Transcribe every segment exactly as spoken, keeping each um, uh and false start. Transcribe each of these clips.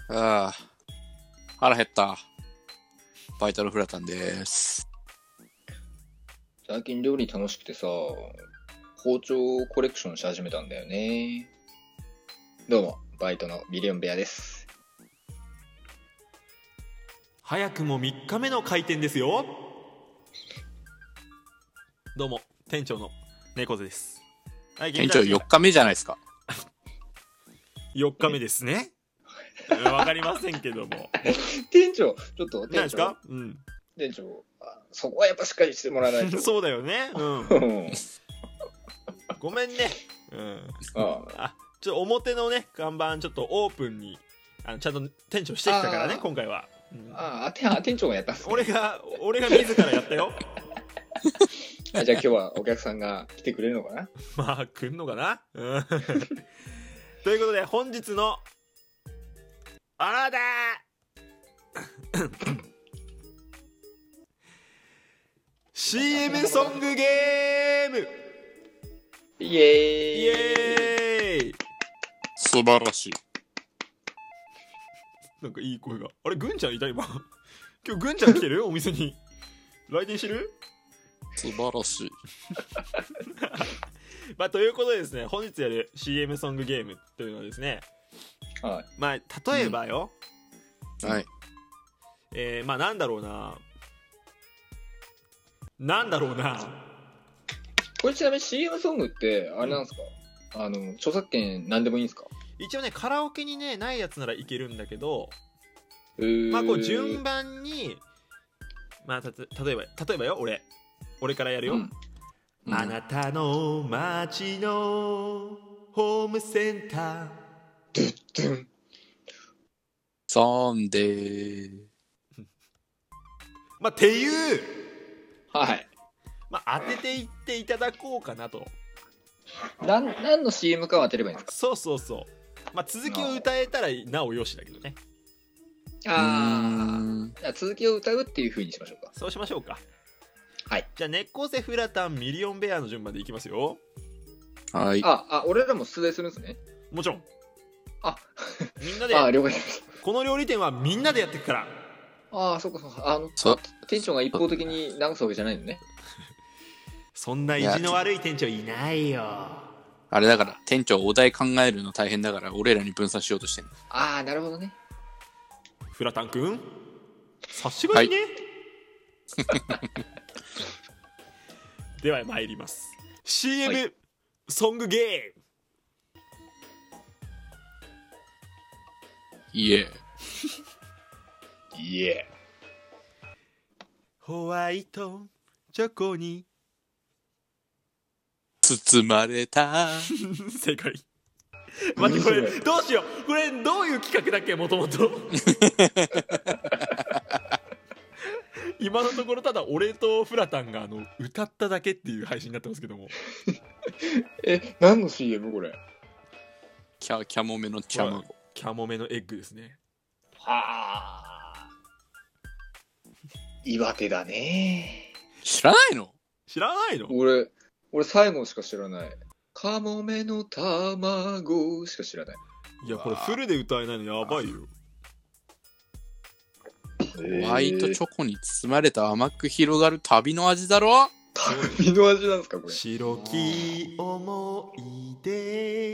ああ、腹減った。バイタルフラタンです。 最近料理楽しくてさ、包丁コレクションし始めたんだよね。どうも、バイトのミリオンベアです。 早くもみっかめの開店ですよ。どうも、店長の猫背です。 はい、店長よっかめじゃないですか。 よっかめですね。わかりませんけども。 店長、ちょっと店長。 何ですか？うん。 店長、そこはやっぱしっかりしてもらわないと。 そうだよね。うん。ごめんね。うん。ああ、ちょっと表のね看板ちょっとオープンにあのちゃんと店長してきたからね今回は。 うん、ああ、店長がやったんですね。 俺が俺が自らやったよ。 あ、じゃあ今日はお客さんが来てくれるのかな。 まあ来んのかな。うん。ということで本日のあらだシーエム ソングゲームイエーイイエーイ。 素晴らしい。 なんかいい声が。あれ、ぐんちゃんいた今。今日ぐんちゃん来てるお店に来店してる。 素晴らしい。 まあということでですね、本日やる シーエム ソングゲームというのはですね、 はい、 まあ例えばよ、 うん、はい、 えー、まあなんだろうななんだろうなこれちなみに シーエム ソングってあれなんですか、うん、あの著作権なんでもいいんですか？ 一応ねカラオケにねないやつならいけるんだけど、 えー、 まあこう順番にまあたと例えば例えばよ俺俺からやるよ、うんうん、あなたの街のホームセンタードゥッドゥンサンデーまあっていうはい、 まあ、当てていっていただこうかなと。 なん、何の シーエム かを当てればいいんですか？ そうそうそう。まあ、続きを歌えたらなおよしだけどね。 ああ、続きを歌うっていう風にしましょうか。 そうしましょうか。 はい。 じゃあ猫背フラタンミリオンベアの順番でいきますよ。 はい。 あ、あ、俺らも出題するんですね。 もちろん。 あ、 みんなで。 あ、了解です。 この料理店はみんなでやっていくから。 ああ、そうかそうか。あの、店長が一方的に流すわけじゃないのね。 そんな意地の悪い店長いないよ。 あれだから店長お題考えるの大変だから俺らに分散しようとしてんの。 ああ、なるほどね。 フラタン君察しがいいね、はい、では参ります。 シーエム、はい、ソングゲームイエーイエーホワイトチョコに包まれた正解。待ってこれどうしよう、これどういう企画だっけもともと。今のところただ俺とフラタンがあの歌っただけっていう配信になってますけども。 え、何の シーエム これ？ キャキャモメの卵、 キャモメのエッグですね。 はあ、岩手だね。 知らないの？ 知らないの？ 俺俺最後しか知らない。カモメの卵しか知らない。 いやこれフルで歌えないのやばいよ。 ホワイトチョコに包まれた甘く広がる旅の味だろ。 旅の味なんですかこれ。 白き思い出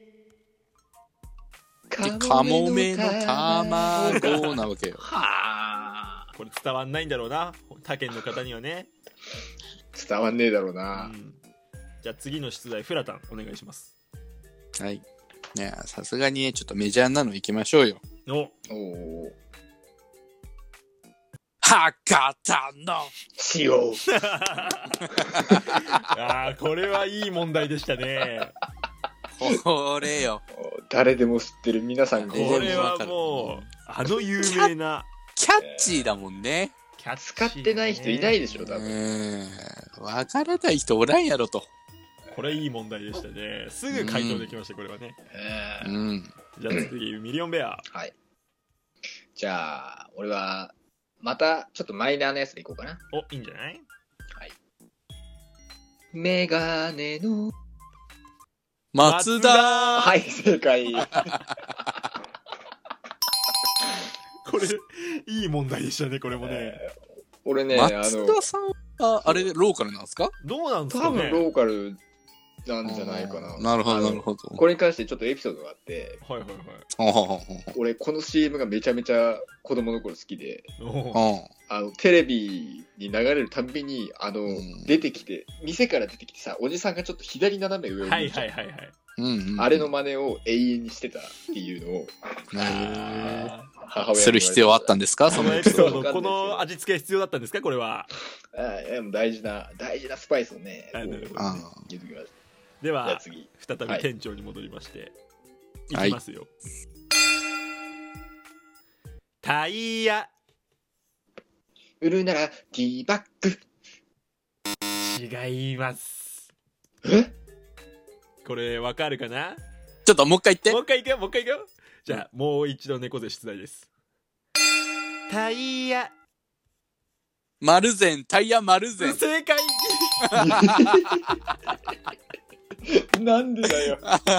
カモメの卵なわけよ。 はあ、 これ伝わんないんだろうな他県の方にはね。 伝わんねえだろうな、うん。 じゃあ次の出題フラタンお願いします。 はい。ねえさすがにねちょっとメジャーなのいきましょうよ。 おお博多の塩。 ああこれはいい問題でしたね。 これよ。 誰でも知ってる皆さんこれはもうあの有名なキャッチーだもんね。 キャッ使ってない人いないでしょ多分。 うん分からない人おらんやろと。 これいい問題でしたね。すぐ回答できました、うん、これはね。 うん。 じゃあ次ミリオンベア。 はい。じゃあ俺はまたちょっとマイナーなやつでいこうかな。 お、いいんじゃない？ はい。メガネの松田。 はい正解。 これいい問題でしたねこれもね、 えー俺ね、あ松の、 田さんはあれローカルなんですか？ どうなんですかね。 多分ローカルなんじゃないかな。 なるほどあのなるほど。 これに関してちょっとエピソードがあって、 はいはいはい。 ほうほうほうほう俺この シーエム がめちゃめちゃ子供の頃好きで、 おーほあの、テレビに流れるたんびに、あの、 ん出てきて、店から出てきてさ、おじさんがちょっと左斜め上をはい見るじゃんはいはいはい。 う。うんうん。 あれの真似を永遠にしてたっていうのを、 へあ母親に言われてーする必要あったんですか？ ーこのそのエピソード、 わかんないですよこの味付け必要だったんですかこれは。 あでも大事な、大事なスパイスをね、こうあなるほどあ言っときました。 でじゃあは次。 再びはい店長に戻りまして、 はいいきますよ。タイヤ。 売るならティーバッグ。 違います。 えこれわかるかな？ ちょっともう一回言って。 もう一回いくよもう一回いくよ。じゃあもう一度猫背出題です。タイヤ。 丸善、タイヤ丸善。 正解。 なんでだよ。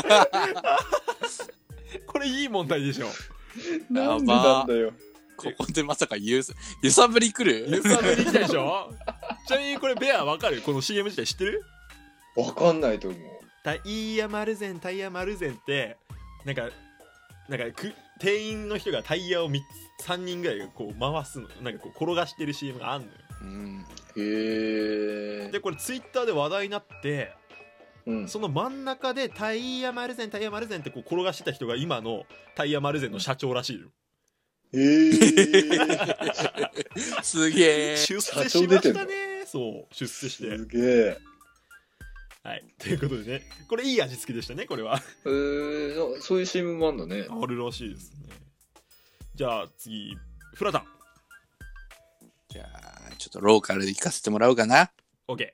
これいい問題でしょ。 なんでなんだよ。 ここでまさかゆす揺さぶり来る？ 揺さぶりきたでしょ。ちなみにこれベアわかる？この シーエム 自体知ってる？ わかんないと思う。 タイヤ丸善タイヤ丸善ってなんかなんかく店員の人がタイヤをみっつさんにんぐらいがこう回すのなんかこう転がしてる シーエム があんのよ。 うん。 へえ。 でこれツイッターで話題になってうん。 その真ん中でタイヤ丸善タイヤ丸善ってこう転がしてた人が今のタイヤ丸善の社長らしいよ。 へえ。 すげえ。 出世しましたね。そう出世してすげえ。 はいということでねこれいい味付けでしたねこれは。 えー、そういう シーエム もあんだね。 あるらしいですね。じゃあ次フラタン。 じゃあ、ちょっとローカルで行かせてもらおうかな。 OK。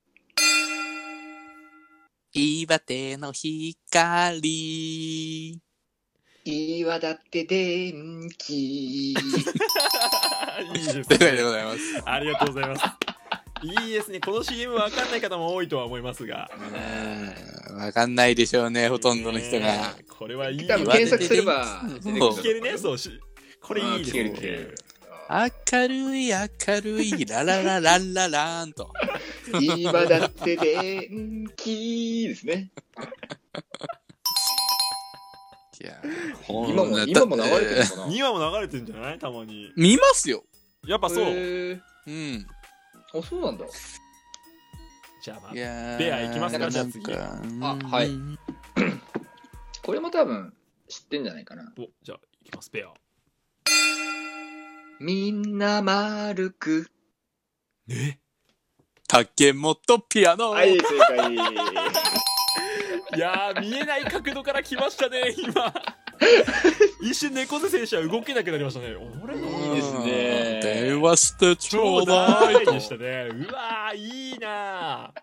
岩手の光。 岩だって電気。 いいです正解でね。 ございます。 ありがとうございます。いいですね。この シーエム わかんない方も多いとは思いますが。 うん。わかんないでしょうね、ほとんどの人が。 ねえこれはいい。 多分検索すればそう出てくる聞けるね。そうし。これいいですね。 あ聞ける聞ける明るい明るいラララランララーンと。 今だって電気ですね。 いや今も今も流れてるのかな。 にわも流れてるんじゃない？たまに。 見ますよ。 やっぱそう。 へーうん。 あ、そうなんだ。 じゃあまあいやーベア行きますかなんじゃあ次かあはいうんこれも多分知ってんじゃないかな。 おじゃあ行きますベア。 みんな丸く。 え？ 竹本ピアノ。 はい、正解。 いやー見えない角度から来ましたね今。一瞬猫背選手は動けなくなりましたね。俺のいいですね電話してちちょうょうだいとだいでしたね。うわーいいな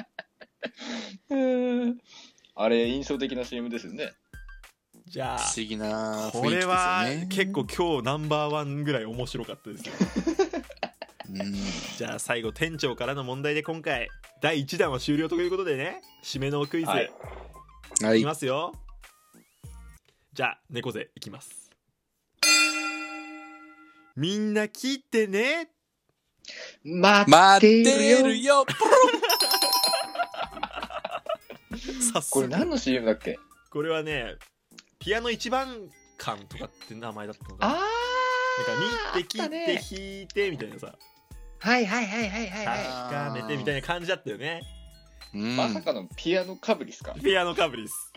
ー。 あれ、印象的な シーエム ですよね。 じゃあ不思議な雰囲気ですよね。 これは結構今日ナンバーワンぐらい面白かったですよ。 うんじゃあ最後店長からの問題で今回だいいちだんは終了ということでね締めのクイズ、 はいはいいきますよ。じゃあ猫背いきます。みんな聞いてね。 待待っっててるよ。 るよ。 さすがこれ何の シーエム だっけ？ これはねピアノ一番館とかって名前だったのかな。 あなんか見て切ってあったね弾いてみたいなさはいはいはいはいはいは確かめてみたいな感じだったよね。 うんい。まさかのピアノかぶりっすか？ ピアノかぶりです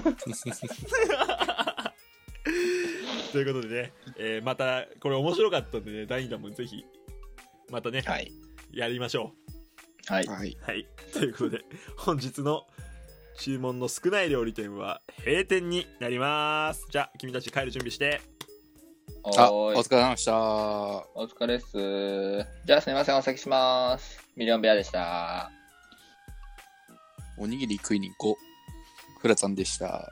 ということでね、えーまたこれ面白かったんでねだいにだんもぜひまたね、 はい。 やりましょはい。 はい。 う。はいということで本日の注文の少ない料理店は閉店になります。じゃあ君たち帰る準備して。 あ、 おーいお疲れ様でした。 お疲れっす。じゃあすみません、お先します。ミリオンベアでした。 おにぎり食いに行こう。フラさんでした。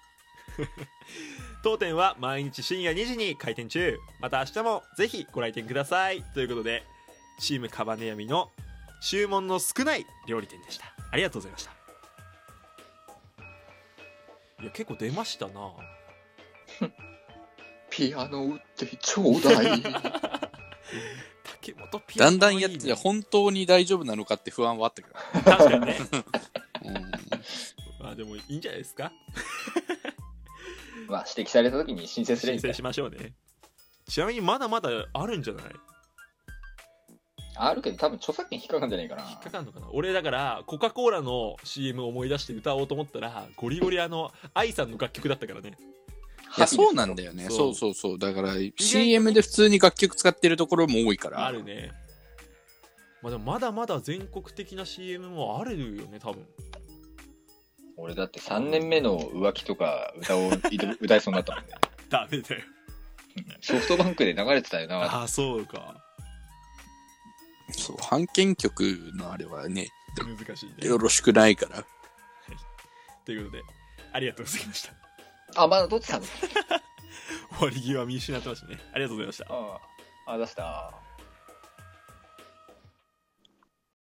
当店は毎日深夜にじに開店中。また明日もぜひご来店ください。ということでチームカバネヤミの注文の少ない料理店でした。ありがとうございました。いや結構出ましたな。 ピアノ売ってちょうだい。 竹本ピアノだんだんやってて本当に大丈夫なのかって不安はあったけど。 確かにね。 うん、 まあでもいいんじゃないですか。 まあ指摘された時に申請すればいいんだよ。 申請しましょうね。ちなみにまだまだあるんじゃない？ あるけど多分著作権引っかかんじゃないかな。 引っかかんのかな。俺だからコカ・コーラの シーエム を思い出して歌おうと思ったらゴリゴリあの愛さんの楽曲だったからね。 いやそうなんだよね。 そうそうそうそう。だから シーエム で普通に楽曲使ってるところも多いから。 あるね。まあでもまだまだ全国的な シーエム もあるよね多分。 俺だってさんねんめの浮気とか歌を歌いそうになったもんね。 ダメだよ。 ソフトバンクで流れてたよな。 ああそうか。 そう、版権曲のあれはね、 難しいね。 よろしくないから。 ということでありがとうございました。 あ、まだ撮ってたの？ 終わり際見失ってましたね。ありがとうございました。 ああ、あ、出した。